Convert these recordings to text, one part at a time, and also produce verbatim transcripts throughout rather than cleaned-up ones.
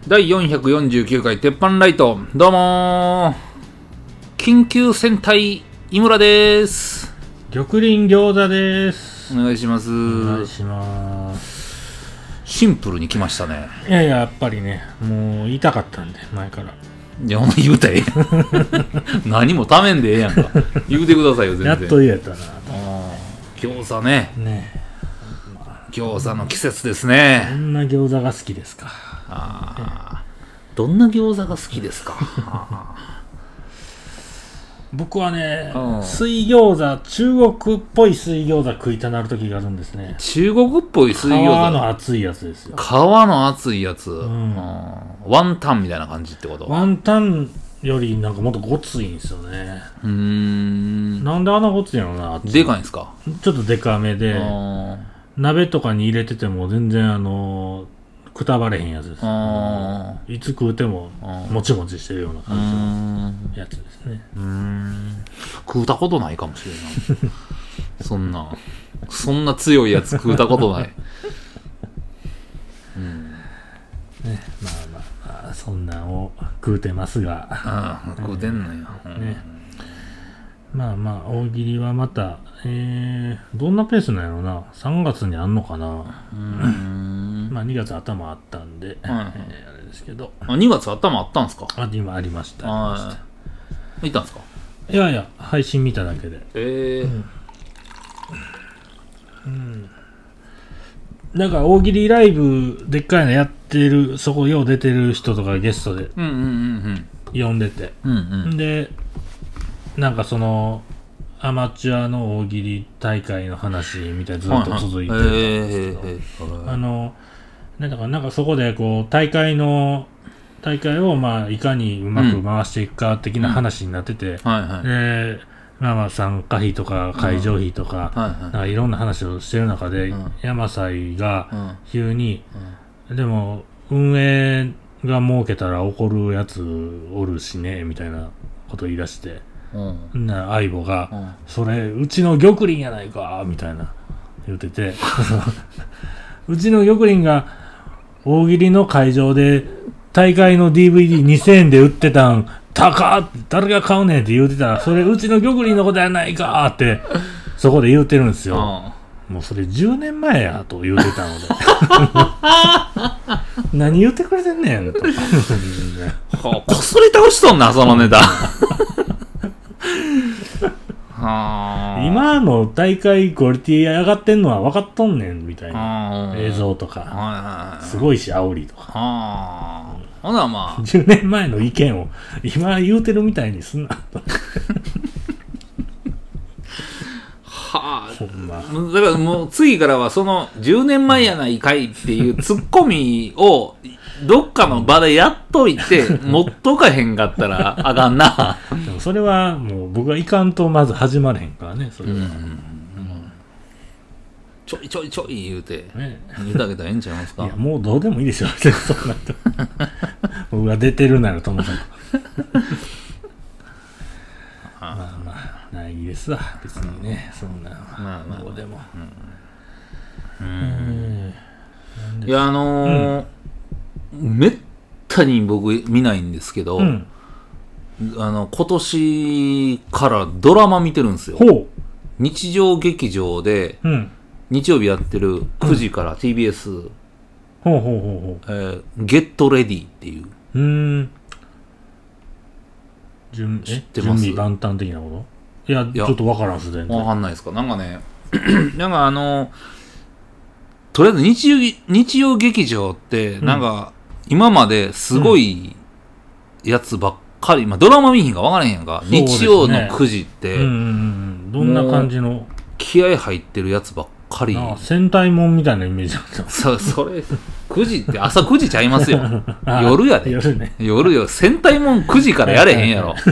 だいよんひゃくよんじゅうきゅうかい鉄板ライト、どうもー緊急戦隊井村です。 玉林餃子です。 お願いします。 お願いします。 シンプルに来ましたね。 いやいや、やっぱりね、もう言いたかったんで、前から。 いや、お前言うたらええ何もためんでええやんか。言うてくださいよ、全然。 やっと言えたな。 あ餃子ね。 ね餃子の季節ですね。 どんな餃子が好きですか。 あどんな餃子が好きですか。 僕はね、 うん、 水餃子、中国っぽい水餃子食いたなる時があるんですね。 中国っぽい水餃子。 皮の厚いやつですよ。 皮の厚いやつ、うんうん、 ワンタンみたいな感じってこと。 ワンタンよりなんかもっとごついんですよね。 うーんなんであんなごついのな。 でかいんですか。 ちょっとでかめで、鍋とかに入れてても全然あのくたばれへんやつです。いつ食うてももちもちしてるような感じのやつですね。 うーん食うたことないかもしれないそんなそんな強いやつ食うたことない、うんね、まあまあ、まあ、そんなんを食うてますが、 ああ食うてんのよ、うんね、まあまあ大喜利はまた、えー、どんなペースなんやろな。さんがつにあんのかな。 うーんまあにがつ頭あったんで、 はいはいえー、あれですけど、 あにがつ頭あったんすか。 あ今ありました。ありました。 行ったんすか。 いやいや、配信見ただけで。 ええーうんうん、なんか大喜利ライブでっかいのやってる、そこよう出てる人とかゲストでうんうんうん呼んでて、 うんうんうんでなんかそのアマチュアの大喜利大会の話みたいなずっと続いてるんですけど、あのなんだかなんかそこでこう大会の大会をまあいかにうまく回していくか的な話になってて、 うんはいはい、 でまあまあ参加費とか会場費とか、うんはいはい、なんかいろんな話をしてる中で、うん、山祭が急に、うん、でも運営が儲けたら怒るやつおるしねみたいなことを言い出して、うん、な相棒が、うん、それうちの玉林やないかみたいな言っててうちの玉林が大喜利の会場で大会の ディーブイディーにせんえんで売ってたん高っ誰が買うねんって言うてたら、それうちの玉林のことやないかってそこで言うてるんですよ。もうそれじゅうねんまえやと言うてたので何言ってくれてんねんとこすり倒しとんなそのネタ今の大会クオリティ上がってんのは分かっとんねんみたいな映像とかすごいし煽りとか、 あほなまあじゅうねんまえの意見を今言うてるみたいにすんなとはあ、ほんまだからもう次からはそのじゅうねんまえやないかいっていうツッコミをどっかの場でやっといて持っとかへんかったらあかんなでもそれはもう僕がいかんとまず始まれへんからね。それは、うんうんうん、 ちょいちょいちょい言うて、ね、言うてあげたらええんちゃいますか。 いやもうどうでもいいでしょそんなと僕が出てるならともかくまあまあないですわ別にね、そんなまあまあどうでも、 うんうんうん、いやあのーうん、めったに僕見ないんですけど、うん、あの今年からドラマ見てるんですよ。 ほう日曜劇場で、うん、日曜日やってるくじから ティービーエス、うん、 ほうほうほうほう、 えー、ゲットレディっていう、 うーん準知ってます？ 準備万端的なこと？いや、ちょっとわからんっす全然。 わかんないですか。なんかねなんかあのとりあえず日曜、日曜劇場ってなんか、うん、今まですごいやつばっかり、うん、まあ、ドラマ見ひんか分からへんやんか、ね、日曜のくじって、うんうんうん、 どんな感じの気合入ってるやつばっかり。 ああ戦隊もんみたいなイメージだった。 そ, それくじって朝くじちゃいますよ夜やで。 夜ね。 夜よ。戦隊もんくじからやれへんやろ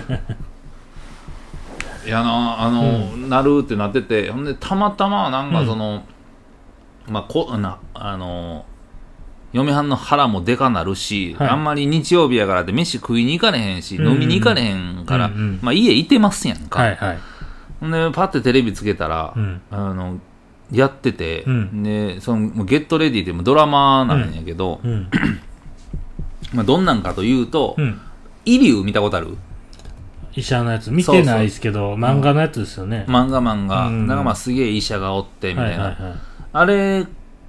いやなあの、うん、なるってなってて、ほんでたまたまなんかその、うん、まあこなあの嫁はんの腹もでかなるし、はい、あんまり日曜日やからって飯食いに行かれへんし、うんうん、飲みに行かれへんから、うんうん、まあ家いてますやんか、 はいはい、 ほんでパッてテレビつけたら、うん、あのやってて、うん、でそのゲットレディってドラマなんやけど、うんうん、 まあ、どんなんかというと、 うん、 イリュウ見たことある？ 医者のやつ見てないですけど、そうそう漫画のやつですよね。 漫画漫画、 うん、 なんかまあすげえ医者がおってみたいな、 はいはいはい、 あれ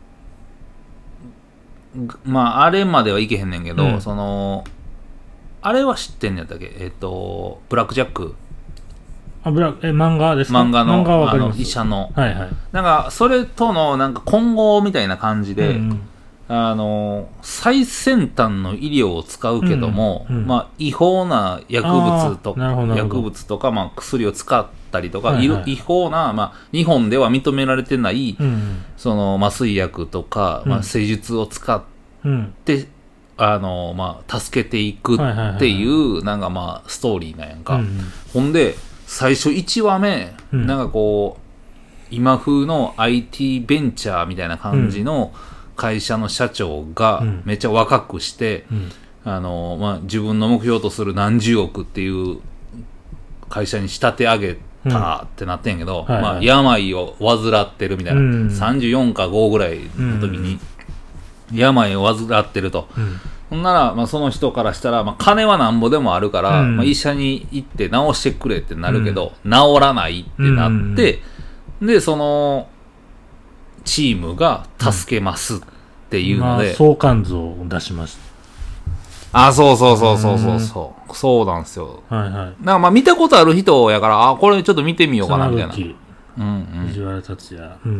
まああれまではいけへんねんけど、うん、そのあれは知ってんねやったっけ、えっ、ー、とブラックジャック、 あブラえ漫画ですか？ 漫画 の, 漫画はあの医者の、 はいはい、 なんかそれとのなんか混合みたいな感じで、うんうん、あの最先端の医療を使うけども、うんうん、まあ、違法な薬物と薬物とか、まあ、薬を使ったりとか、はいはい、違法な、まあ、日本では認められてない、うんうん、その麻酔薬とか、まあ、施術を使って、うん、あのまあ、助けていくっていう、なんかまあストーリーなんやんか、うんうん、ほんで最初いちわめ、うん、なんかこう今風の アイティー ベンチャーみたいな感じの会社の社長がめっちゃ若くして、うん、あのまあ、自分の目標とする何十億っていう会社に仕立て上げたってなってんけど、うん、まあ、病を患ってるみたいな、うん、さんじゅうよんかごぐらいの時に病を患ってると、うん、ほんなら、まあ、その人からしたら、まあ、金はなんぼでもあるから、うんまあ、医者に行って治してくれってなるけど、うん、治らないってなって、うん、でそのチームが助けますっていうので、 うんまあ、相関図を出しました。 あ、そうそうそうそうそうそう、うん、そうなんですよ。 はいはい。 なんかまあ見たことある人やから、あ、これちょっと見てみようかなみたいな。うんうん。 藤原竜也。うんうんうん。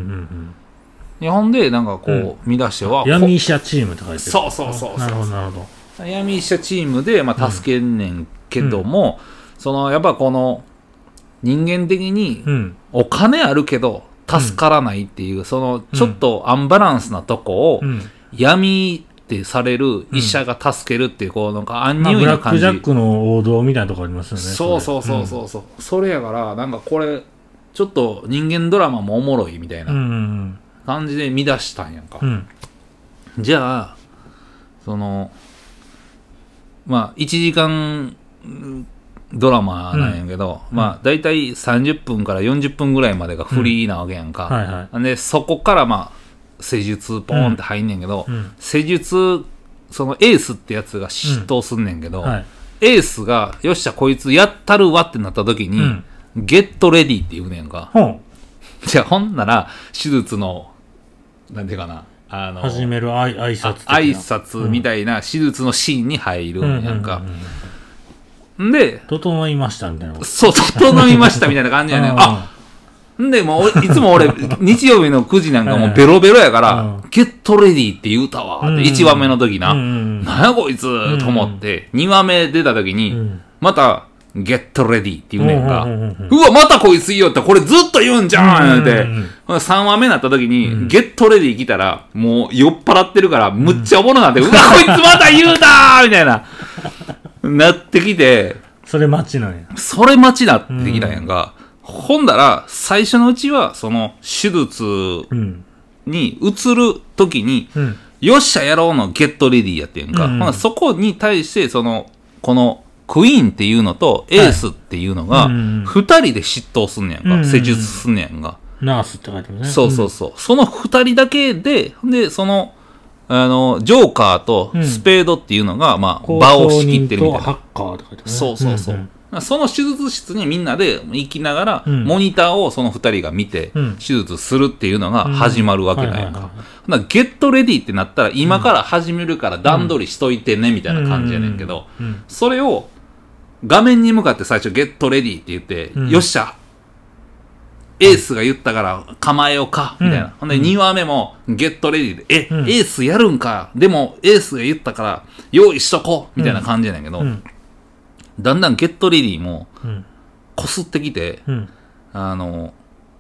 日本でなんかこう、うん、見出しては闇医者チームって書いてる。 そうそうそうそう。 なるほどなるほど。闇医者チームでまあ助けんねんけども、うん、そのやっぱこの人間的にお金あるけど助からないっていう、うん、そのちょっとアンバランスなとこを、うん、闇ってされる医者が助けるっていう、こうなんかアンニュイな感じ、 まあ、ブラックジャックの王道みたいなとこありますよね。 そうそうそうそうそう、うん、それやからなんかこれちょっと人間ドラマもおもろいみたいな感じで見出したんやんか、うん、じゃあそのまあいちじかんドラマなんやけど、うん、まあだいたいさんじゅっぷんからよんじゅっぷんぐらいまでがフリーなわけやんか、うんはいはい、でそこからまあ施術ポーンって入んねんけど、うん、施術そのエースってやつが嫉妬すんねんけど、うんはい、エースがよっしゃこいつやったるわってなった時に、うん、ゲットレディって言うねんか、うん、じゃあほんなら手術のなんていうかなあの始める挨拶挨拶みたいな手術のシーンに入るんやんか、うんうんうんうん、で整いましたみたいなそう整いましたみたいな感じやねんあんでもういつも俺日曜日のくじなんかもうベロベロやからゲットレディって言うたわっていちわめの時な、うんうん、なんやこいつと思ってにわめ出た時にまたゲットレディって言うねんか、うんうんうん、うわまたこいつ言いよってこれずっと言うんじゃんって、うんうん、さんわめになった時に、うん、ゲットレディ来たらもう酔っ払ってるからむっちゃおもろなって、うん、うわこいつまた言うたーみたいななってきてそれ待ちなんやそれ待ちなってきたんやんか、うんほんだら最初のうちはその手術に移るときに、うん、よっしゃやろうのゲットレディやってんか、うんうん、そこに対してそのこのクイーンっていうのとエースっていうのがふたりで執刀すんねやんか、うんうん、施術すんねやんか、 ナースって書いてるねそうそうそう、うん、そのふたりだけででそのあのジョーカーとスペードっていうのが、うん、まあ場を仕切ってるみたいなハッカーって書いてるねそうそうそう、うんうんその手術室にみんなで行きながら、うん、モニターをそのふたりが見て、うん、手術するっていうのが始まるわけなんやんか。ゲットレディってなったら今から始めるから段取りしといてねみたいな感じやねんけど、うんうんうん、それを画面に向かって最初ゲットレディって言って、うん、よっしゃエースが言ったから構えようかみたいな、うん、ほんでにわめもゲットレディでえ、うん、エースやるんかでもエースが言ったから用意しとこうみたいな感じやねんけど、うんうんだんだんゲットレディもこすってきて、うん、あの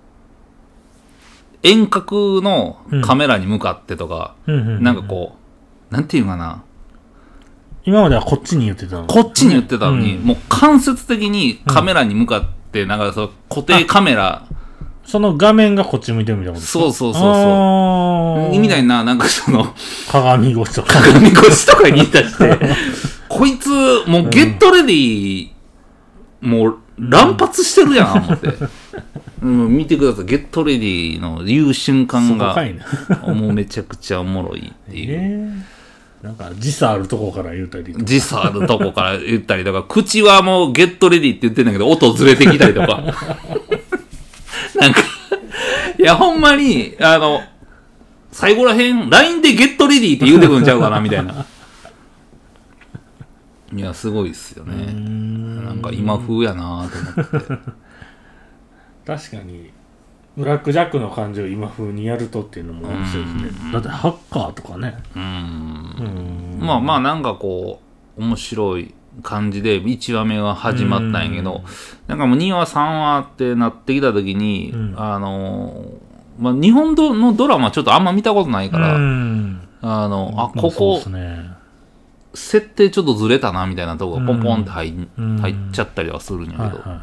遠隔のカメラに向かってとか、うん、なんかこうなんていうかな今まではこっちに言ってたのこっちに言ってたのに、うん、もう間接的にカメラに向かってなんかその固定カメラ、 うん、その画面がこっち向いてるみたいなことですかそうそうそうそうみたいななんかその鏡越しとか鏡越しとかにいたしてこいつもうゲットレディ、うん、もう乱発してるやん思って、うん、見てくださいゲットレディの言う瞬間がもうめちゃくちゃおもろいっていう、えなんか時差あるとこから言ったりとか。 時差あるとこから言ったりとか、口はもうゲットレディって言ってんだけど、音ずれてきたりとか。なんか、いや、ほんまに、あの、最後らへん、ライン でゲットレディって言うてくんちゃうかな、みたいな。いや、すごいっすよね。なんか今風やなと思って。 確かに、ブラックジャックの感じを今風にやるとっていうのも面白いですね。だってハッカーとかね。 うん。まあまあ、なんかこう、面白い感じでいちわめが始まったんやけど、なんかもうにわさんわってなってきた時に、うん、あのまあ、日本のドラマちょっとあんま見たことないから、うん、あのあここ、ね、設定ちょっとずれたなみたいなとこがポンポンって入,、うん、入っちゃったりはするんやけど、はいはいはいはい、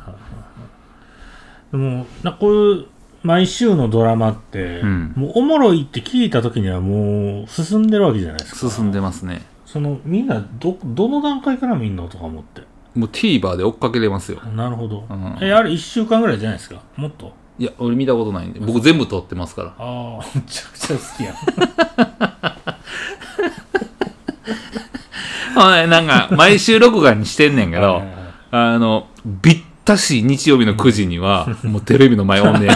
でもなこういう毎週のドラマって、うん、もうおもろいって聞いた時にはもう進んでるわけじゃないですか。 進んでますね。 そのみんな ど, どの段階から見んのとか思って。 もう TVer で追っかけれますよ。 なるほど、うん、えあれいっしゅうかんぐらいじゃないですか。もっと。 いや俺見たことないんで僕全部撮ってますから。 ああめちゃくちゃ好きやんなんか毎週録画にしてんねんけど、はいはいはい、あのびったし日曜日のくじには、うん、もうテレビの前おんねん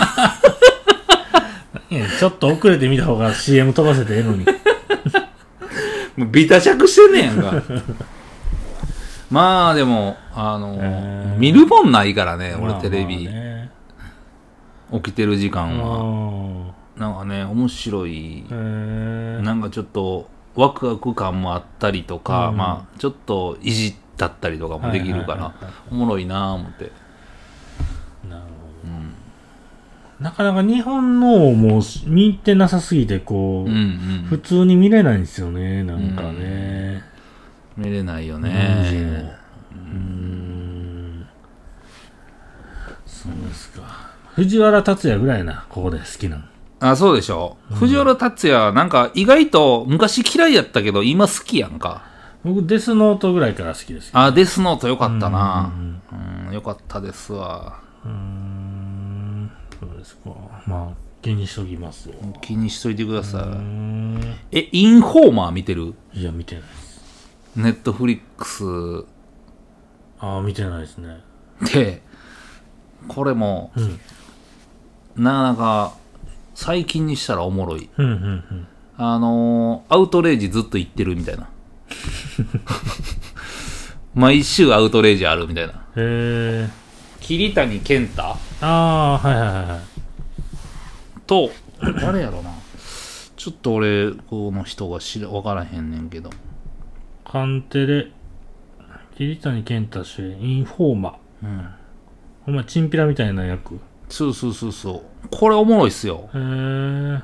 ちょっと遅れて見た方が シーエム 飛ばせてええのにもうビタ着してんねんやんかまあでもあの、えー、見るもんないからね俺テレビ、まあまあね、起きてる時間はなんかね面白い、えー、なんかちょっとワクワク感もあったりとか、うん、まあちょっといじったったりとかもできるから、はいはいはいはい、おもろいなぁ思って。 なるほど、うん、なかなか日本のもう見てなさすぎてこう、うんうん、普通に見れないんですよねなんかね、 うん、見れないよね。 うーんそうですか。藤原竜也ぐらいなここで好きなの。 あ、そうでしょ、うん、藤原竜也なんか意外と昔嫌いやったけど今好きやんか。 僕デスノートぐらいから好きですけど、ね、 あデスノートよかったな、うんうんうん、よかったですわ。 うーんそうですか。まあ気にしときますよ。 気にしといてください。えインフォーマー見てる？ いや見てないです。 ネットフリックス。 ああ見てないですね。 でこれも、うん、なかなか最近にしたらおもろい、うんうんうん、あのー、アウトレイジずっと言ってるみたいな毎週アウトレイジあるみたいな。 へー桐谷健太ああはいはいはいと誰やろなちょっと俺この人が知ら分からへんねんけどカンテレ桐谷健太主演インフォーマー、うん、お前チンピラみたいな役。 そうそうそうそうこれおもろいっすよ。 へえ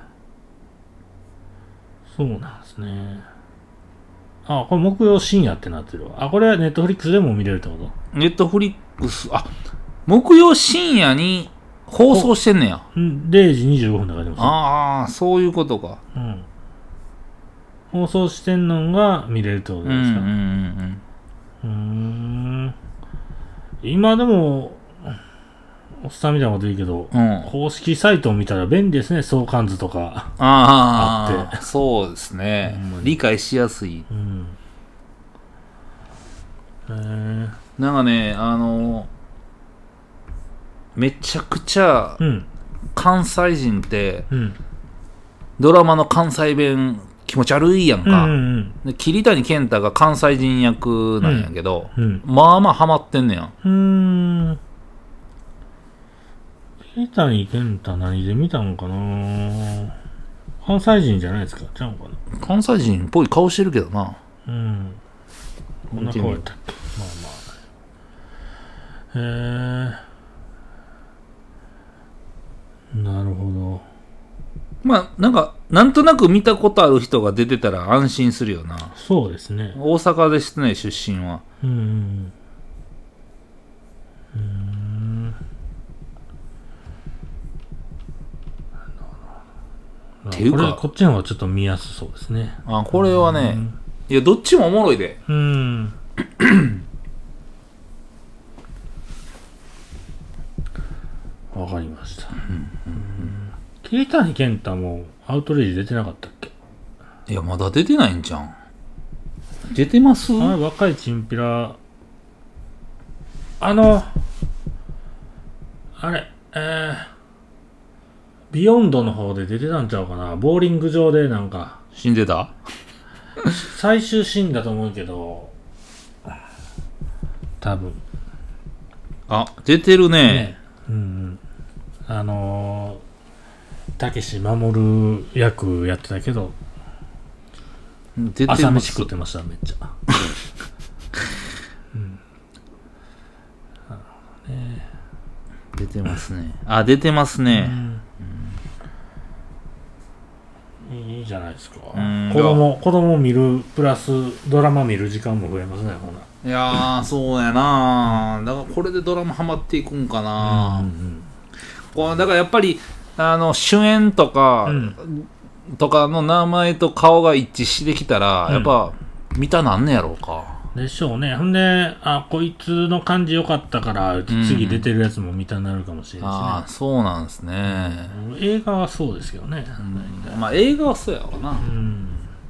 そうなんですね。あこれ木曜深夜ってなってるわ。あこれはネットフリックスでも見れるってこと？ ネットフリックスあ木曜深夜に放送してんねや。 れいじにじゅうごふんで書いてます、ね、 ああそういうことか、 うん、放送してんのが見れるってことですか？うんうんうんうん。うーん今でもおっさんみたいなこと言うけど、うん、公式サイトを見たら便利ですね。相関図とかあってそうですね、うん、理解しやすい、うん、 へーなんかねあのめちゃくちゃ、うん、関西人って、うん、ドラマの関西弁気持ち悪いやんか、うんうんうん、で桐谷健太が関西人役なんやけど、うんうん、まあまあハマってんねやん。 うーん桐谷健太何で見たのかな。関西人じゃないですか。ちゃうのかな。 関西人っぽい顔してるけどな。 うんこんな顔やったっけ。まあまあへえなるほど。 まあなんかなんとなく見たことある人が出てたら安心するよな。 そうですね。 大阪ですね出身は。 うんうんうんっていうか こ, れこっちの方がちょっと見やすそうですね。 あこれはね、いやどっちもおもろいで。 うんわかりました。桐谷健太もアウトレイジ出てなかったっけ？ いやまだ出てないんじゃん。 出てます？ あれ若いチンピラ、あのあれえー、ビヨンドの方で出てたんちゃうかな。ボーリング場でなんか死んでた？ 最終死んだと思うけど、多分。 あ、出てるね。 ね、うん、あのー、たけし守役やってたけど、 出て朝飯食ってましためっちゃ。うん、 ね、出てますね。あ、出てますね。 うん、いいじゃないですか。子供子供見るプラスドラマ見る時間も増えますね。ほな。 いやー、そうやな。だからこれでドラマハマっていくんかな。うんうん、こうだからやっぱりあの主演とか、うん、とかの名前と顔が一致してきたら、うん、やっぱ見たなんねやろうか。 でしょうね。ほんで、あ、こいつの感じ良かったから次出てるやつも見たになるかもしれないしね。 ああ、そうなんですね、 うん。映画はそうですけどね。 うん、まあ映画はそうやわな。うん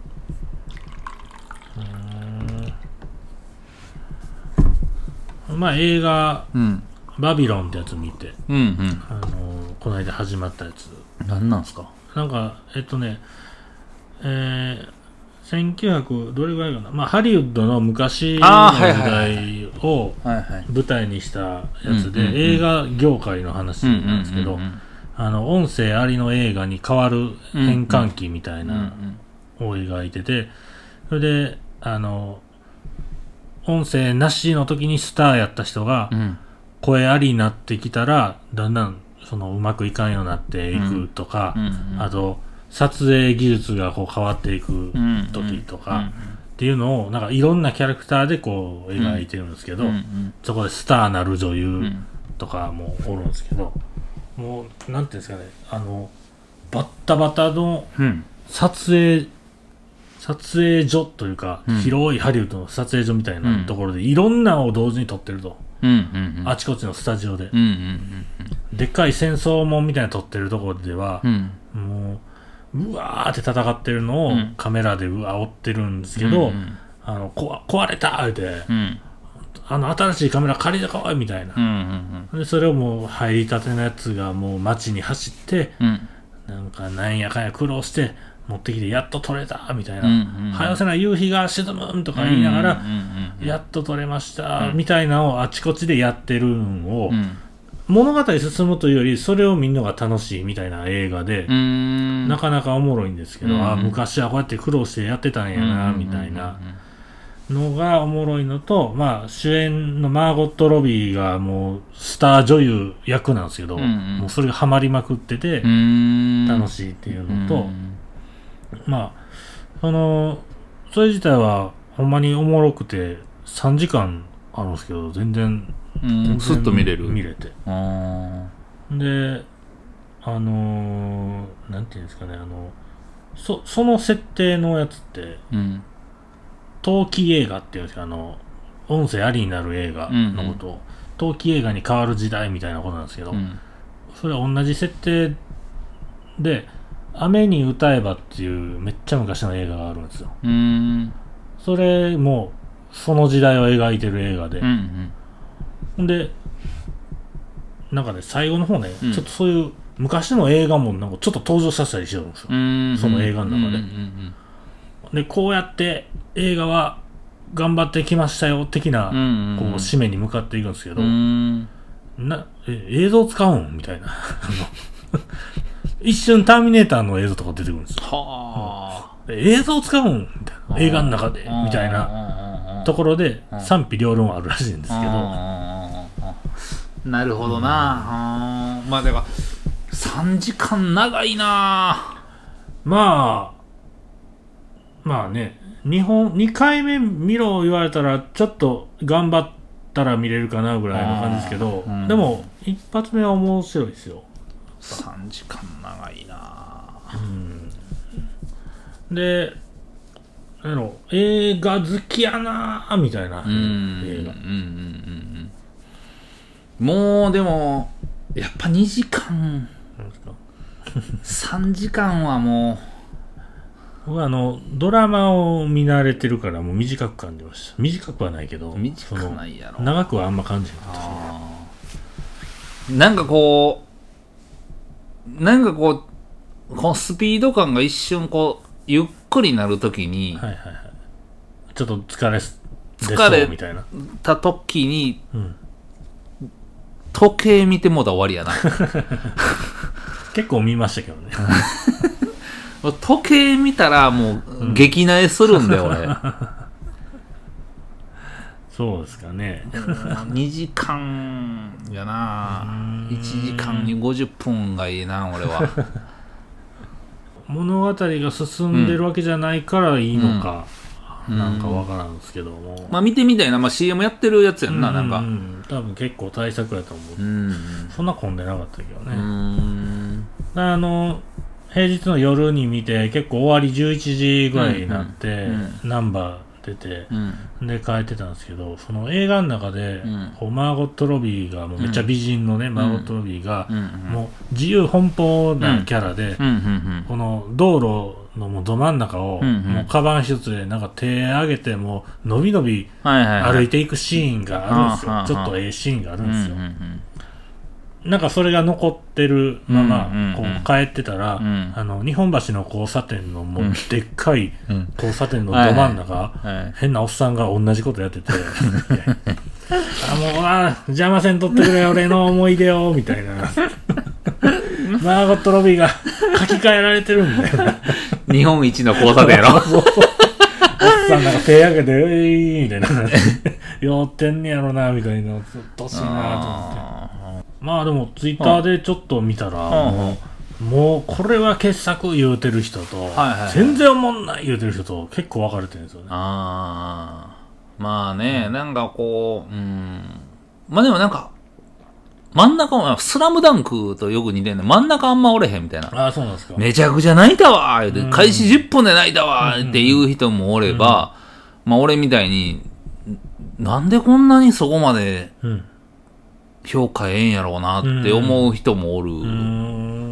まあ映画、うん、バビロンってやつ見て、 うんうん、 あのこの間始まったやつ。 何なんすか？ なんかえっとね、えー、せんきゅうひゃくどれぐらいかな、まあハリウッドの昔の時代を舞台にしたやつで、映画業界の話なんですけど、あの音声ありの映画に変わる変換器みたいなを描いてて、それであの音声なしの時にスターやった人が声ありになってきたらだんだんそのうまくいかんようになっていくとか、あと撮影技術がこう変わっていく時とかっていうのをなんかいろんなキャラクターでこう描いてるんですけど、そこでスターなる女優とかもおるんですけど、もうなんていうんですかね、あのバッタバタの撮影撮影所というか、うん、広いハリウッドの撮影所みたいなところで、うん、いろんなのを同時に撮ってると、うんうんうん、あちこちのスタジオで、うんうんうんうん、でっかい戦争もんみたいな撮ってるところでは、うん、もううわーって戦ってるのをカメラでうわ追ってるんですけど、うんうん、あのこ壊れたって、うん、あの新しいカメラ借りてこいみたいな、うんうんうん、でそれをもう入りたてのやつがもう街に走って、うん、なんかなんやかんや苦労して持ってきてやっと撮れたみたいな、早せない夕日が沈むとか言いながら、やっと撮れましたみたいなのをあちこちでやってるのを、うん、物語進むというよりそれを見るのが楽しいみたいな映画で、なかなかおもろいんですけど、あ昔はこうやって苦労してやってたんやなみたいなのがおもろいのと、まあ、主演のマーゴット・ロビーがもうスター女優役なんですけど、うんうん、もうそれがハマりまくってて楽しいっていうのと、まあ、その、それ自体はほんまにおもろくてさんじかんあるんですけど、全然、 全然スッと見れる。 見れて。あで、あのー、なんていうんですかね、あの、そ、その設定のやつって、うん、陶器映画っていうんですか、あの、音声ありになる映画のことを、うんうん、陶器映画に変わる時代みたいなことなんですけど、うん、それは同じ設定で、雨に歌えばっていうめっちゃ昔の映画があるんですよ。うーんそれもその時代を描いてる映画で、うんうん、でなんかね最後の方ね、うん、ちょっとそういう昔の映画もなんかちょっと登場させたりしてるんですよ、うんうん、その映画の中で、うんうんうん、でこうやって映画は頑張ってきましたよ的な、うんうんうん、こう締めに向かっていくんですけど、うん、なえ映像使うんみたいな一瞬ターミネーターの映像とか出てくるんですよ。はあ、映像使うんみたいな映画の中でみたいなところで賛否両論あるらしいんですけど。 なるほどな、うん、まあだからさんじかん長いな。 まあまあねにほんにかいめ見ろ言われたらちょっと頑張ったら見れるかなぐらいの感じですけど、うん、でも一発目は面白いですよ。 さんじかん長いな、 うん、であの映画好きやなみたいな、うん、映画、うんうんうん、もうでもやっぱにじかんさんじかんはもう僕はあのドラマを見慣れてるからもう短く感じました。短くはないけど短くないやろ、 長くはあんま感じなかった。 なんかこうなんかこうこのスピード感が一瞬こうゆっくりなるときに、 はいはいはい、ちょっと疲れ疲れみたいなたときに、 うん、 時計見てもうたら終わりやな結構見ましたけどね時計見たらもう激萎えするんだよ、うん、俺そうですかねにじかんやないちじかんにごじゅっぷんがいいな俺は物語が進んでるわけじゃないからいいのか、うん、なんかわからんですけども、 まあ見てみたいな、まあ、シーエム やってるやつやんな、 うん、 なんか多分結構大作やと思う、 うん、 そんな混んでなかったけどね、 うん、 あの平日の夜に見て結構終わりじゅういちじぐらいになって、うんうん、ナンバー出て、うん、で帰ってたんですけど、その映画の中で、うん、こうマーゴット・ロビーがもうめっちゃ美人のね、うん、マーゴット・ロビーが、うん、もう自由奔放なキャラで、うん、この道路のもうど真ん中を、うん、もうカバン一つでなんか手上げてもう伸び伸び歩いていくシーンがあるんですよ、はいはいはい、ちょっとええシーンがあるんですよ、うんうんうん、なんかそれが残ってるまま、うんうんうん、こう帰ってたら、うん、あの日本橋の交差点のもうでっかい交差点のど真ん中、はいはい、変なおっさんが同じことやっててあもうあ邪魔せんとってくれ俺の思い出をみたいなマーゴット・ロビーが書き換えられてるんだよ日本一の交差点やろおっさんなんか手上げてういーみたいな酔ってんねやろなみたいなうっとしいなと思って、まあでもツイッターでちょっと見たら、うん、もう、もうこれは傑作言うてる人と、はいはいはい、全然おもんない言うてる人と結構分かれてるんですよね。 ああ、まあね、うん、なんかこう、うん、まあでもなんか真ん中はスラムダンクとよく似てんね、真ん中あんまおれへんみたいな。 ああ、そうなんですか。 めちゃくちゃ泣いたわーって、開始じゅっぷんで泣いたわーっていう人もおれば、うん、まあ俺みたいになんでこんなにそこまで、うん評価ええんやろうなって思う人もおる、うん、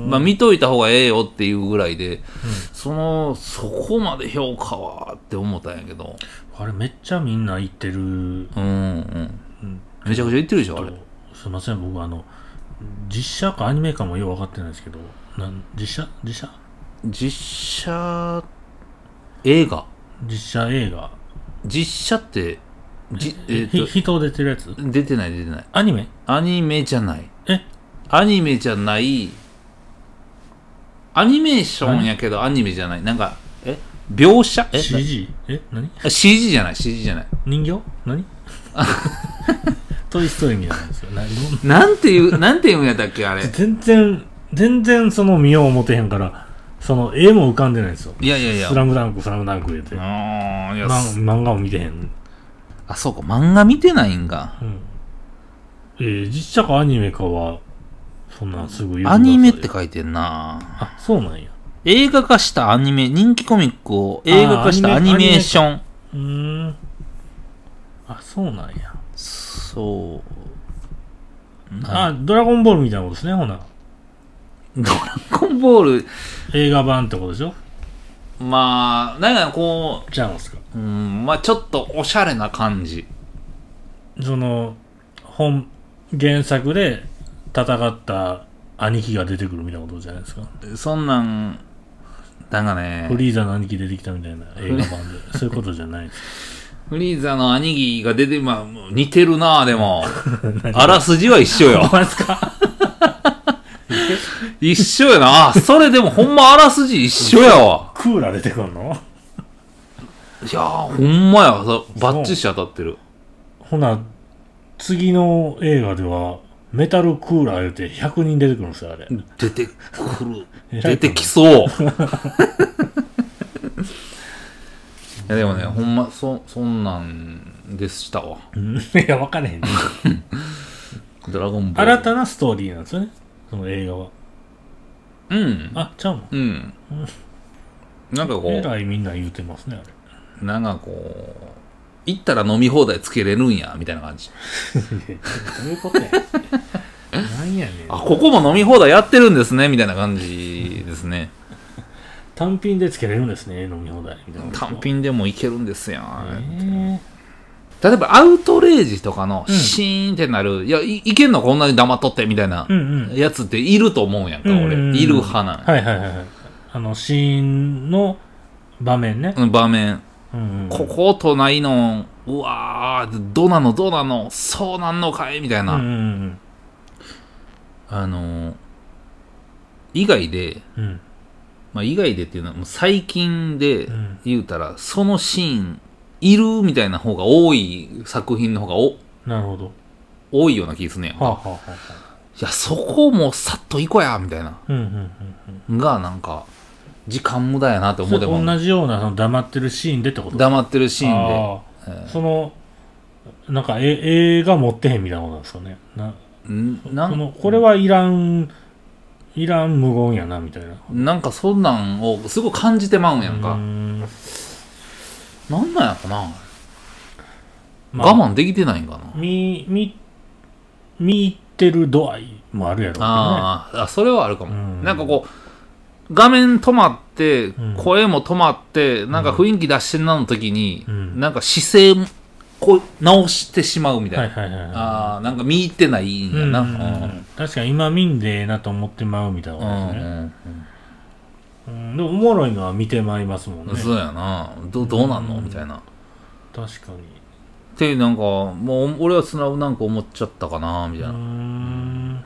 まあ見といた方がええよっていうぐらいで、うん、そのそこまで評価はって思ったんやけど、 あれめっちゃみんな言ってる、うんうんうん、めちゃくちゃ言ってるでしょあれ。 すいません僕あの実写かアニメかもよく分かってないですけど、なん実写実写実写映画実写映画実写ってじえー、人出てるやつ出てない出てない。 アニメアニメじゃない。 えアニメじゃない。アニメーションやけどアニメじゃない。なんかえ描写えシージー え何シージー じゃない シージー じゃない。 人形何トイストーリーみたいなんですよ。 なんていうなんていうんやったっけあれ。 全然全然その見よう思てへんからその絵も浮かんでないんですよ。 いやいやいや。 スラムダンクスラムダンク言うて。 ああいや漫画を見てへん。 あ、そうか、漫画見てないんか。うん。 えー、実写かアニメかは、そんなすぐ言うてください。 アニメって書いてんな。 あ、そうなんや。 映画化したアニメ、人気コミックを映画化したアニメーション。 うーん。あ、そうなんや。 そう。 あ、ドラゴンボールみたいなことですね、ほな。 ドラゴンボール。 映画版ってことでしょ？ まあ、なんかこう、ちゃうんすか。 うん、まあちょっとおしゃれな感じ。 その、本、原作で戦った兄貴が出てくるみたいなことじゃないですか。 そんなん、なんかね。 フリーザの兄貴出てきたみたいな映画版で。そういうことじゃないです。 フリーザの兄貴が出て、まあ、似てるなぁ、でも。あらすじは一緒よ。 ほんまですか一緒やな。それでもほんまあらすじ一緒やわ。 クーラー出てくるの？ いやーほんまや。バッチシ当たってる。 ほな次の映画ではメタルクーラー言うてひゃくにん出てくるんですよあれ。 出てくる。出てきそう。いやでもねほんまそそんなんでしたわ。 いや分かれへんね。 ドラゴンボール。 新たなストーリーなんですよね。その映画は。 うん。 あ、ちゃうの？ うん。なんかこう。 えらいみんな言うてますね、あれ。なんかこう、行ったら飲み放題つけれるんや、みたいな感じ。 どういうことやなんやねん。 あ、ここも飲み放題やってるんですね、みたいな感じですね。 単品でつけれるんですね、飲み放題みたいな。 単品でもいけるんですよ。例えばアウトレイジとかのシーンってなる、うん、いや い, いけんのこんなに黙っとってみたいなやつっていると思うんやんか、うんうん、俺いる派なん。 はいはいはい。あのシーンの場面ね。 場面、うんうん、こことないの、うわーどうなのどうなのそうなんのかいみたいな、うんうんうん、あの以外で、うん、まあ以外でっていうのはもう最近で言うたら、うん、そのシーンいるみたいな方が多い作品の方がおなるほど多いような気がするねんか、はあはあはあ、いやそこもさっと行こうやみたいな、うんうんうんうん、がなんか時間無駄やなって思う。でも同じようなその黙ってるシーンでってこと？ 黙ってるシーンで、 えー、そのなんか絵が持ってへんみたいなことなんですかね。ななんこれはいらんいらん無言やなみたいな。 なんかそんなんをすごい感じてまうんやんか。んなんなんやろな、まあ、我慢できてないんかな。 見見見入ってる度合いもあるやろうけどね。 ああそれはあるかも。んなんかこう画面止まって、うん、声も止まってなんか雰囲気出してんなの時に、うん、なんか姿勢こう直してしまうみたいな、はいはいはいはい、ああなんか見入ってないんやな、うんうんうん、 確かに今見んでええなと思ってまうみたいなことですね、うんうんうん、でもおもろいのは見てまいりますもんね。 そうやな ど, どうなんの、うん、みたいな。 確かにってなんかもう俺は素直なんか思っちゃったかなみたいな。うーん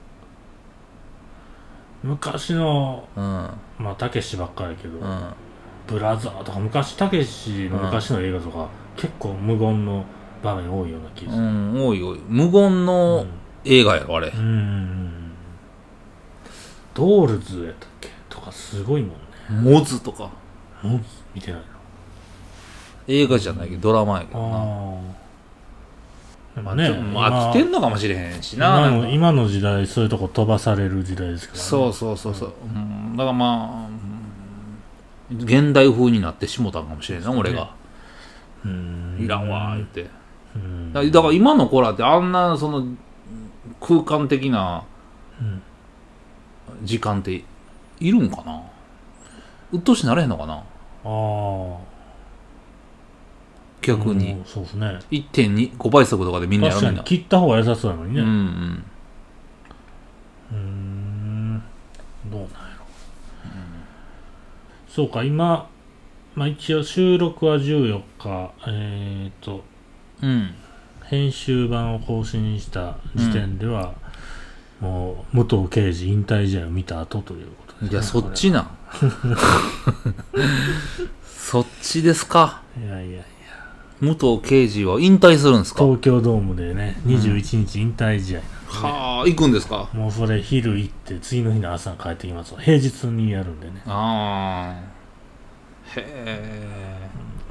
昔の、うん、まあたけしばっかりやけど、うん、ブラザーとか昔たけしの昔の映画とか、うん、結構無言の場面多いような気がする。 うん多い多い無言の映画やろあれ。うんうんドールズやったっけとかすごいもんね。モズとかモズ見てないな。 映画じゃないけどドラマやけどな。まあね、飽きてんのかもしれへんしな。 今の、今の時代そういうとこ飛ばされる時代ですからね。 そうそうそうそう、うん、だからまあ現代風になってしもたんかもしれんな、ね、俺がうんいらんわ言ってうんだから今の子らってあんなその空間的な時間っているんかな。うっとうしなれへんのかな。ああ逆に、うん、そうですね。いってんご 倍速とかでみんなやるんだ。 確かに切った方が優さそうなのにね。うんうんうーんどうなんやろ、うん、そうか今、まあ、一応収録はじゅうよっかえっ、ー、と、うん、編集版を更新した時点では、うん、もう武藤敬司引退試合を見た後ということですね。 いやそっちなんそっちですか。 いやいや武藤敬司は引退するんですか。 東京ドームでねにじゅういちにち引退試合なんで、ね、 うん、はあ行くんですか。 もうそれ昼行って次の日の朝帰ってきます。平日にやるんでね。ああへえ、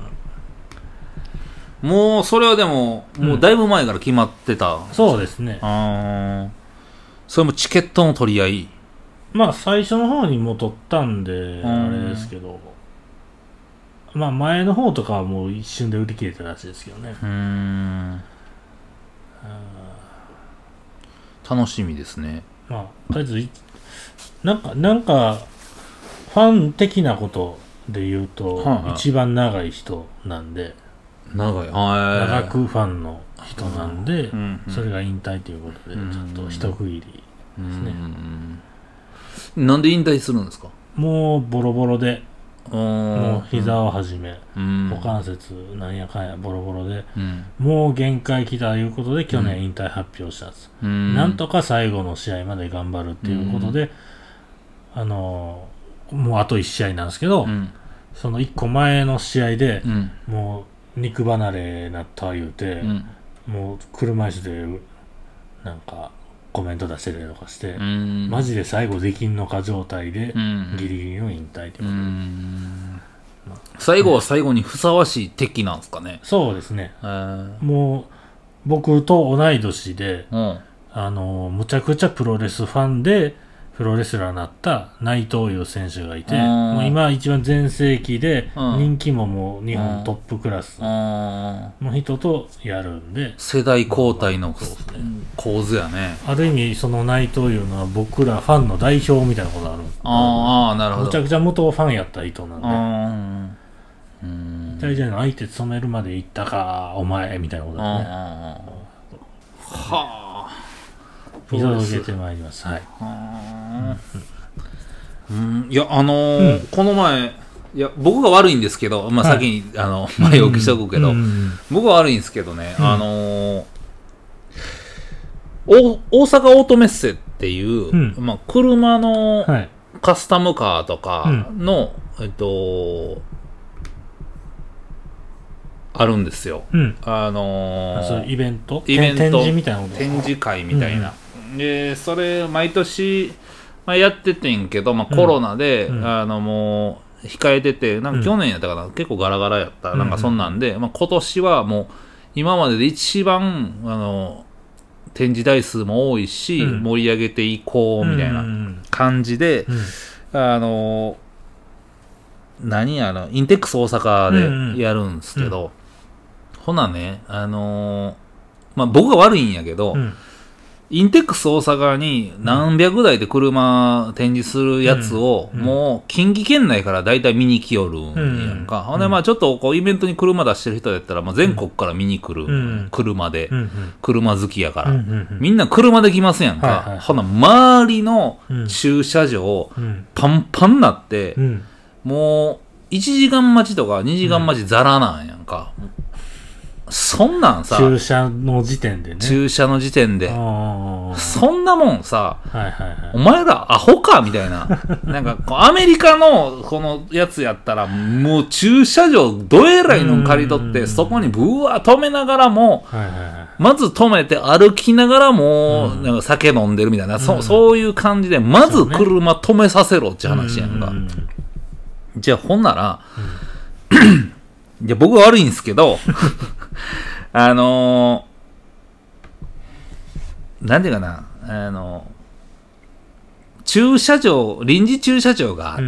うん、もうそれはでも、うん、もうだいぶ前から決まってた。 そうですね。 ああそれもチケットの取り合い。 まあ最初の方にもう取ったんであれですけど、まあ前の方とかはもう一瞬で売り切れたらしいですけどね。うーん楽しみですね。 まあとりあえずなんかなんかファン的なことで言うと、はいはい、一番長い人なんで長い長くファンの人なんで、うんうん、それが引退ということでちょっと一区切りですね。 うんなんで引退するんですか。 もうボロボロでもう膝をはじめ、うん、股関節なんやかんやボロボロで、うん、もう限界来たということで去年引退発表したんです、うん、なんとか最後の試合まで頑張るっていうことで、うん、あのもうあといち試合なんですけど、うん、そのいっこまえの試合で、うん、もう肉離れなった言うて、うん、もう車椅子でなんかコメント出してたりとかして、うん、マジで最後できんのか状態で、うん、ギリギリの引退ということで、うんまあ、最後は最後にふさわしい敵なんですかね。 そうですね。もう僕と同い年で、うん、あのむちゃくちゃプロレスファンでプロレスラーになった内藤優選手がいて、もう今一番全盛期で人気ももう日本トップクラスの人とやるんで、 世代交代の構図やね。 ある意味その内藤優のは僕らファンの代表みたいなことある。 ああ、なるほど。 むちゃくちゃ元ファンやった人なんで、 うん、 大体相手務めるまで行ったかお前みたいなことですね。 はあ、 見届けてまいります。はい。 うん、いやあのーうん、この前いや僕が悪いんですけど、まあ、先に、はい、あの前置きしとくけど、うんうん、僕が悪いんですけどね、うん、あのー、お大阪オートメッセっていう、うん、まあ、車のカスタムカーとかの、はい、えっとあるんですよ、うん、あのー、 あ、そうイベントイベント展示みたいなこと展示会みたいな、うん、でそれ毎年、まあ、やっててんけど、まあ、コロナで、うん、あのもう控えてて、なんか去年やったかな、うん、結構ガラガラやった、うん、なんかそんなんで、まあ、今年はもう今までで一番あの展示台数も多いし、うん、盛り上げていこうみたいな感じで、うんうん、あの何やのインテックス大阪でやるんですけど、うんうん、ほなね、あのー、まあ、僕が悪いんやけど、うん、インテックス大阪に何百台で車展示するやつを、うん、もう近畿圏内からだいたい見に来よるんやんか、うん、ほんでまあちょっとこうイベントに車出してる人だったら、まあ、全国から見に来る、うん、車で、うん、車好きやから、うん、みんな車で来ますやんか、はいはい、ほな周りの駐車場、うん、パンパンなって、うん、もういちじかん待ちとかにじかん待ちザラなんやんか、うん、そんなんさ、 駐車の時点でね。 駐車の時点で。そんなもんさ、 はいはいはい、 お前らアホかみたいな。なんかこう、アメリカのこのやつやったら、もう駐車場どえらいの借り取って、そこにブワー止めながらも、はいはいはい、まず止めて歩きながらも、なんか酒飲んでるみたいな、うん、そ, そういう感じで、まず車止めさせろって話やんか。ね、じゃあほんなら、うん、いや僕は悪いんですけど、あのー、なんていうかな、あのー、駐車場、臨時駐車場があって、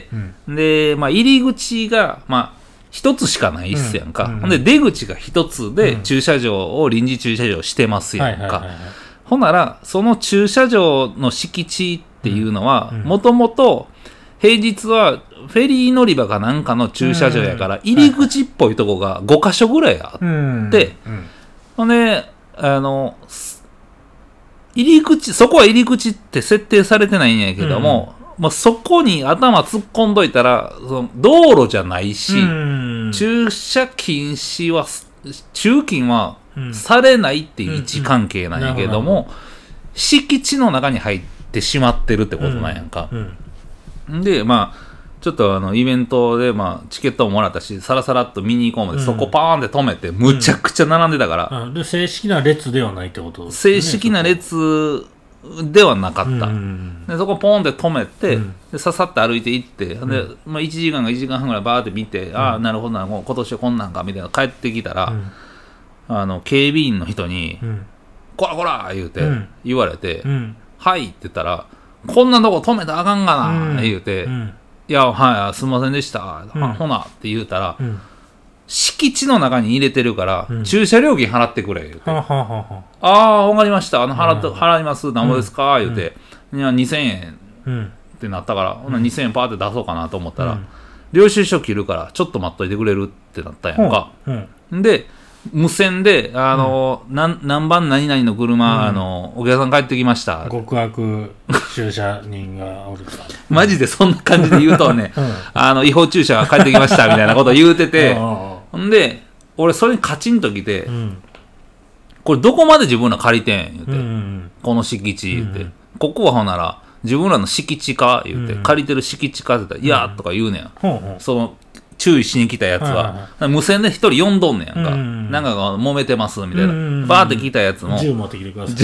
うんうん、で、まあ、入り口が、まあ、一つしかないっすやんか。うんうん、で、出口が一つで、駐車場を臨時駐車場してますやんか。ほんなら、その駐車場の敷地っていうのは、もともと、平日はフェリー乗り場かなんかの駐車場やから、入り口っぽいとこがごかしょぐらいあって、ほんで、あの、入り口、そこは入り口って設定されてないんやけども、まあ、そこに頭突っ込んどいたら、その道路じゃないし、駐車禁止は、駐禁はされないっていう位置関係なんやけども、敷地の中に入ってしまってるってことなんやんか。で、まあ、ちょっとあの、イベントで、まあ、チケットももらったし、さらさらっと見に行こうまで、うん、そこパーンって止めて、むちゃくちゃ並んでたから。 うん、で、正式な列ではないってことですね。正式な列ではなかった。うん、でそこポーンって止めて、うん、でささって歩いて行って、うん、で、まあ、いちじかんかいちじかんはんぐらいバーって見て、うん、ああ、なるほどな、もう今年はこんなんか、みたいな帰ってきたら、うん、あの、警備員の人に、うん、こらこら言うて、うん、言われて、うん、はいって言ったら、こんなとこ止めたらあかんがな、うん、言うて、うん、いや、はい、すみませんでした、うん、ほなって言うたら、うん、敷地の中に入れてるから、うん、駐車料金払ってくれ言うて、ははははああ、わかりました、あの払って、うん、払います、なんぼですか、うん、言うて、いや、にせんえんってなったから、うん、ほなにせんえんパーって出そうかなと思ったら、うん、領収書切るから、ちょっと待っといてくれるってなったやんか。うんうん、で、無線で、あの、うん、何, 何番何々の車、うん、あの、お客さん帰ってきました。 極悪駐車人がおるか。 マジでそんな感じで言うとね、うん、あの、違法駐車が帰ってきましたみたいなことを言うてて、ほんで、俺それにカチンときて、うん、これどこまで自分ら借りてん言うて、うんうん、この敷地言うて、うんうん、ここはほんなら、自分らの敷地か言うて、うん、借りてる敷地かって言ったら、いやーとか言うねん。うん、その、注意しに来たやつは、はいはいはい、無線で一人呼んどんねやんか、うんうん、なんか揉めてますみたいな、うんうんうん、バーって来たやつも銃持ってきてくださ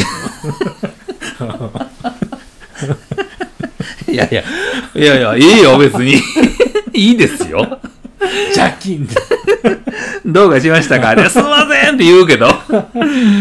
いいやいやいやいやいいよ別にいいですよ邪金でどうかしましたかねすいませんって言うけど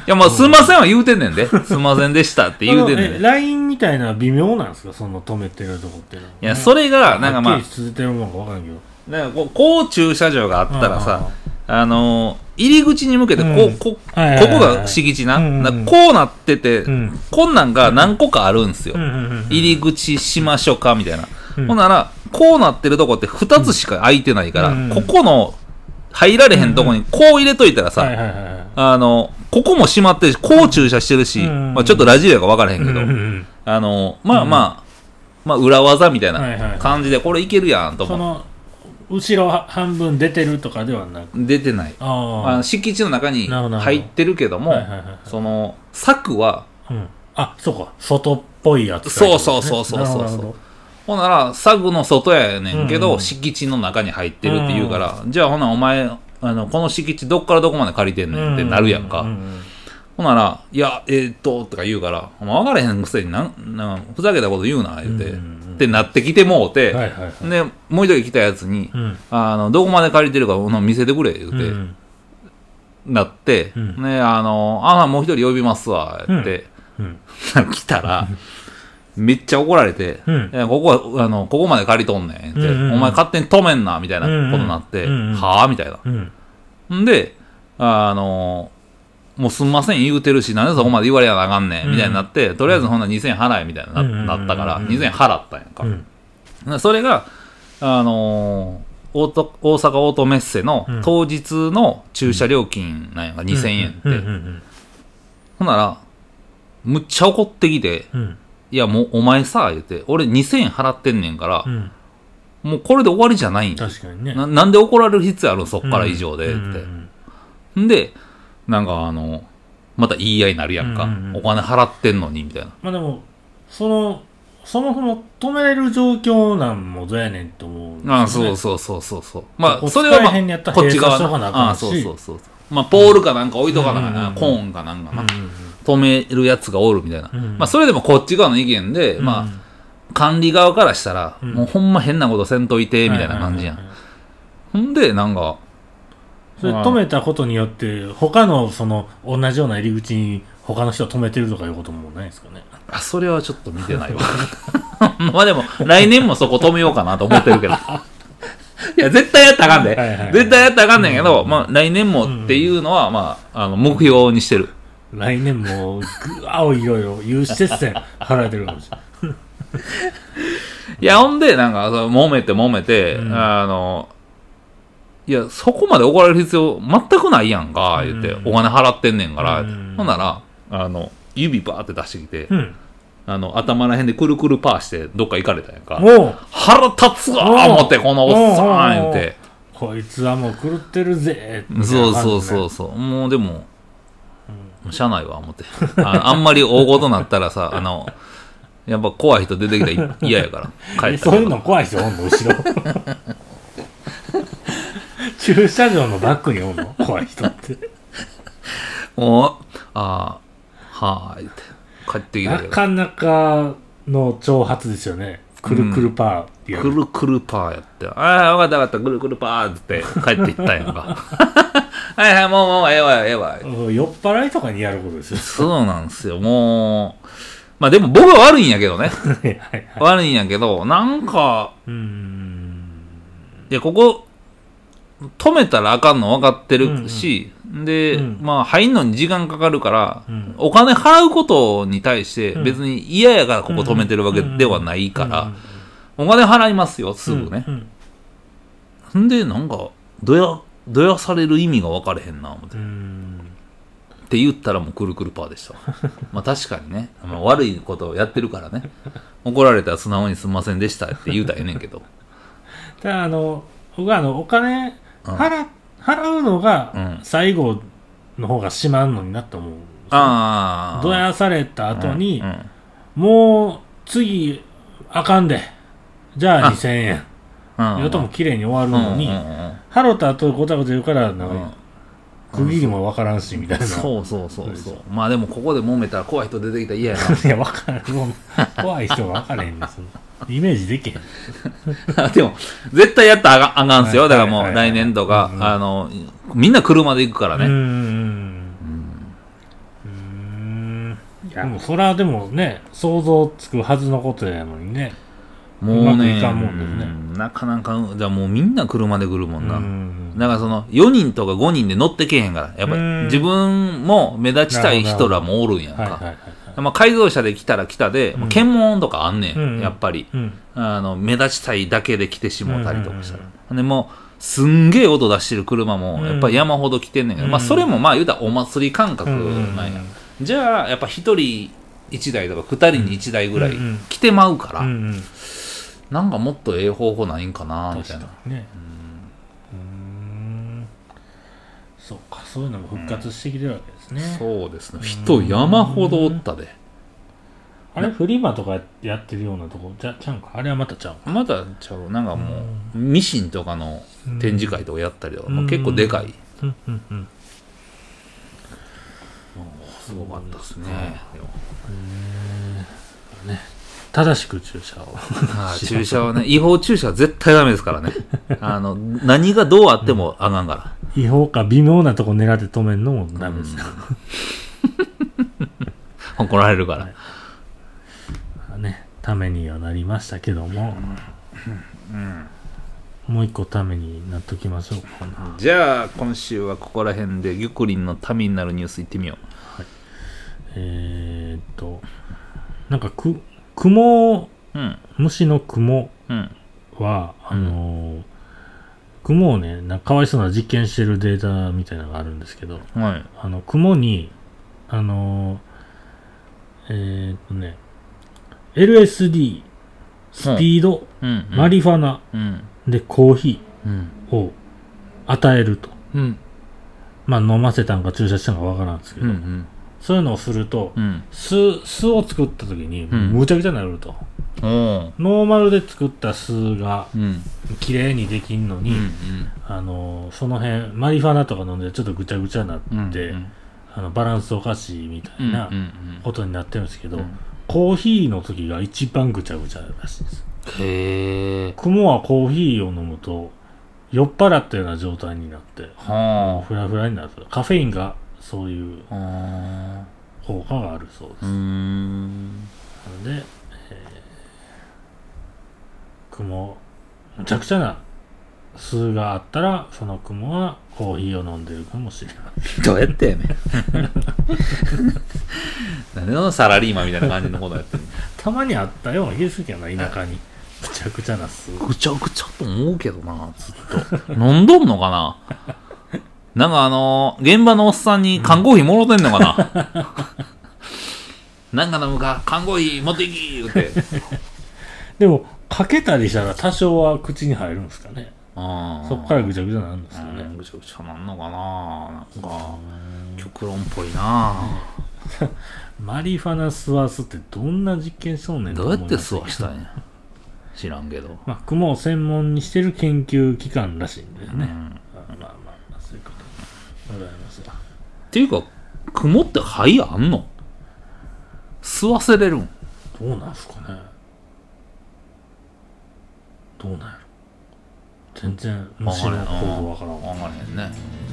や、まあ、すんませんは言うてんねんで。すんませんでしたって言うてんねんで。 ライン みたいな微妙なんですか、その止めてるとこっていうのは。 いや、それが、なんかまあ、 はっきり続いてるのか分からんけど。 なんかこう、こう駐車場があったらさ、あのー、入り口に向けてこう、うん、こ、ここが敷地な。うんうん、こうなってて、うん、こんなんが何個かあるんすよ。うんうんうん、入り口しましょうかみたいな。うん、ほんなら、こうなってるとこってふたつしか空いてないから、うんうん、ここの入られへんとこにこう入れといたらさ、あの、ここも閉まってるし、こう駐車してるし、うんうん、まあ、ちょっとラジオやか分からへんけど、うんうん、あの、まあまあ、まあ裏技みたいな感じで、これいけるやんと思う。その後ろ半分出てるとかではなく出てない。ああ敷地の中に入ってるけども、その柵は、 うん、あ、そうか、外っぽいやつ、ね、 そうそうそうそうそうそう。ほんなら柵の外やねんけど、うんうん、敷地の中に入ってるって言うから、うんうん、じゃあほなお前あのこの敷地どっからどこまで借りてんねんってなるやんか。うんうんうんうん、ほんならいやえー、っととか言うから、分からへんくせになんなんふざけたこと言うな言うて。うんうんうんってなってきてもうて、はいはいはい、でもう一人来たやつに、うん、あのどこまで借りてるか見せてくれ言うて、うん、なって、うん、ねあのあもう一人呼びますわって、うんうん、来たらめっちゃ怒られて、うん、ここはあのここまで借りとんねんって、うんうん、お前勝手に止めんなみたいなことになって、うんうん、はあみたいな、うん、であのもうすんません言うてるし、なんでそこまで言われやなあかんねん、みたいになって、うん、とりあえずほんならにせんえん払えみたいな、うん、なったから、にせんえん払ったんやんか。うん、それが、あのー、大阪オートメッセの当日の駐車料金なんやんか、にせんえんって。ほんなら、むっちゃ怒ってきて、うん、いやもうお前さ、言うて、俺にせんえん払ってんねんから、うん、もうこれで終わりじゃないん確かにね。 な。なんで怒られる必要あるそっから以上で、って。んで、なんかあのまた言い合いになるやんか、うんうんうん、お金払ってんのにみたいな。 まあでもそのそもそも止めれる状況なんもどうやねんと思うんですよね。 ああそうそうそうそうそう。まあそれはまあこっち側なああそうそうそう。まあポールかなんか置いとかな、うんうんうん、コーンかなんかな、うんうんうん、止めるやつがおるみたいな。うんうん、まあそれでもこっち側の意見で、うん、まあ管理側からしたら、うん、もうほんま変なことせんといてみたいな感じやん。ほんでなんか。 それ止めたことによって他のその同じような入り口に他の人止めてるとかいうこともないですかね。 あそれはちょっと見てないわまあでも来年もそこ止めようかなと思ってるけどいや絶対やったらあかんで、はいはいはい、絶対やったらあかんねんけど、うん、まあ来年もっていうのは、まあ、あの目標にしてる。 来年もぐわおいろいろ有刺鉄線払えてるかもしれないいやほんでなんか揉めて揉めて、うん、あのいや、そこまで怒られる必要全くないやんか、言って、うん、お金払ってんねんから、うん、ほんなら、あの、指バーって出してきて、うん、あの、頭らへんでくるくるパーして、どっか行かれたやんか。腹立つわー思って、このおっさん、言って。 こいつはもう狂ってるぜって、ね。そうそうそうそう。もうでも、うん、しゃあないわ、思って。あ, あんまり大事になったらさ、あの、やっぱ怖い人出てきたら嫌やから、 帰ったそういうの怖い人おんの、後ろ。駐車場のバックにおんの怖い人ってもうああはーいって帰ってきたけどなかなかの挑発ですよね。くるくるパーってやる、うん、くるくるパーやってああ分かった分かったくるくるパーって帰っていったんやんかはいはいもうもうええわええわ酔っ払いとかにやることですよ。 そうなんですよ。もうまあでも僕は悪いんやけどねはい、はい、悪いんやけどなんかうーんいやここ止めたらあかんの分かってるし、うんうん、で、うん、まあ入んのに時間かかるから、うん、お金払うことに対して別に嫌やからここ止めてるわけではないから、お金払いますよすぐね、うんうん、んでなんかどやどやされる意味が分かれへんな思って、うん、って言ったらもうくるくるパーでしたまあ確かにね、まあ、悪いことをやってるからね怒られたら素直にすんませんでしたって言うたらええねんけどただあの僕はあのお金払, 払うのが最後の方がしまんのになって思うんですよ、ね、あどやされた後に、うんうん、もう次あかんでじゃあにせんえんあとも綺麗に終わるのに、うんうんうん、払った後ごたごた言うからなんか区切りも分からんしみたいな。 そうそうそうそう。まあでもここで揉めたら怖い人出てきたら嫌やな。 いや分からん。もう怖い人が分からへんですよ。イメージできへん。 でも絶対やったらあかんすよ。だからもう来年とか、あのみんな車で行くからね。うんうん、 でもそれはでもね想像つくはずのことやのにね、 もうね、 うまくいかんもんですね。 なかなか、じゃあもうみんな車で来るもんな。うん、だからそのよにんとかごにんで乗ってけへんから、やっぱり自分も目立ちたい人らもおるんやんか。はいはいはい、まあ、改造車で来たら来たで、うん、検問とかあんねん、うん、やっぱり、うん、あの目立ちたいだけで来てしもうたりとかしたら、うんうんうん、でもうすんげえ音出してる車もやっぱり山ほど来てんねんけど、うん、まあそれもまあ言うたらお祭り感覚なんや、うんうんうん、じゃあやっぱ一人一台とか二人に一台ぐらい来てまうから、うんうんうん、なんかもっとええ方法ないんかなみたいな、ね、 うん、うーん、そうか、そういうのも復活してきてるわけですね、 うん、そうですね、人山ほどおったで。 あれフリマとかやってるようなとこじゃちゃうんか、あれはまたちゃうまたちゃう、なんかもうミシンとかの展示会とかやったりとか、もう結構でかい、うんうんうん、すごかったですね。 へね、正しく駐車を駐車はね、違法駐車は絶対ダメですからね。あの何がどうあってもあかんから、 うん、違法か微妙なとこ狙って止めるのもダメですよ、 うん、怒られるから、はいね、ためにはなりましたけども、うんうん、もう一個ためになっときましょうかな。 じゃあ今週はここら辺で玉林のためになるニュースいってみよう。はい、 えー、っとなんかく雲、うん、虫の雲は、うん、あのー、雲をねなんかかわいそうな実験してるデータみたいなのがあるんですけど、はい、あの雲にあのー、えー、っとねエルエスディー、スピード、うんうん、マリファナ、うん、でコーヒーを与えると、うん、まあ飲ませたんか注射したんかわからんですけど、うんうん、そういうのをすると、うん、巣、巣を作った時にむちゃくちゃになると、うん、ノーマルで作った巣が綺麗にできんのに、うんうん、あのその辺マリファナとか飲んでちょっとぐちゃぐちゃになって、うんうん、あのバランスおかしいみたいなことになってるんですけど、うんうんうん、コーヒーの時が一番ぐちゃぐちゃらしいです。へー。雲はコーヒーを飲むと酔っ払ったような状態になって、はフラフラになる。カフェインがそういう効果があるそうです。うーん。なので、えー、雲むちゃくちゃな数があったらその雲はコーヒーを飲んでるかもしれない。 どうやってやねん。なんでのサラリーマンみたいな感じのことやってるの。 たまにあったような気がするけどな、田舎にぐちゃぐちゃな数ぐちゃぐちゃと思うけどな、ずっと飲んどんのかな。なんかあのー、現場のおっさんに缶コーヒーもろてんのかな、うん、なんか飲むか缶コーヒー持っていき言うて。 でもかけたりしたら多少は口に入るんですかね。あそっからぐちゃぐちゃなんですよね。 ぐちゃぐちゃなんのかな、なんか極論っぽいな。 マリファナ吸わすってどんな実験しそうねん。 どうやって吸わしたんや知らんけど、 まあ、雲を専門にしてる研究機関らしいんだよね、うん、まあまあまあそういうことでございますが。 っていうか雲って肺あんの？吸わせれるん？ どうなんすかね。どうなんやろ。全然虫の構造わからん。 分からへんね、はい、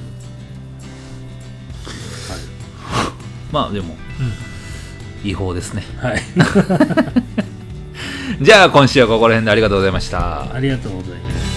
まあでも、うん、違法ですね。はいじゃあ今週はここら辺でありがとうございました。 ありがとうございます。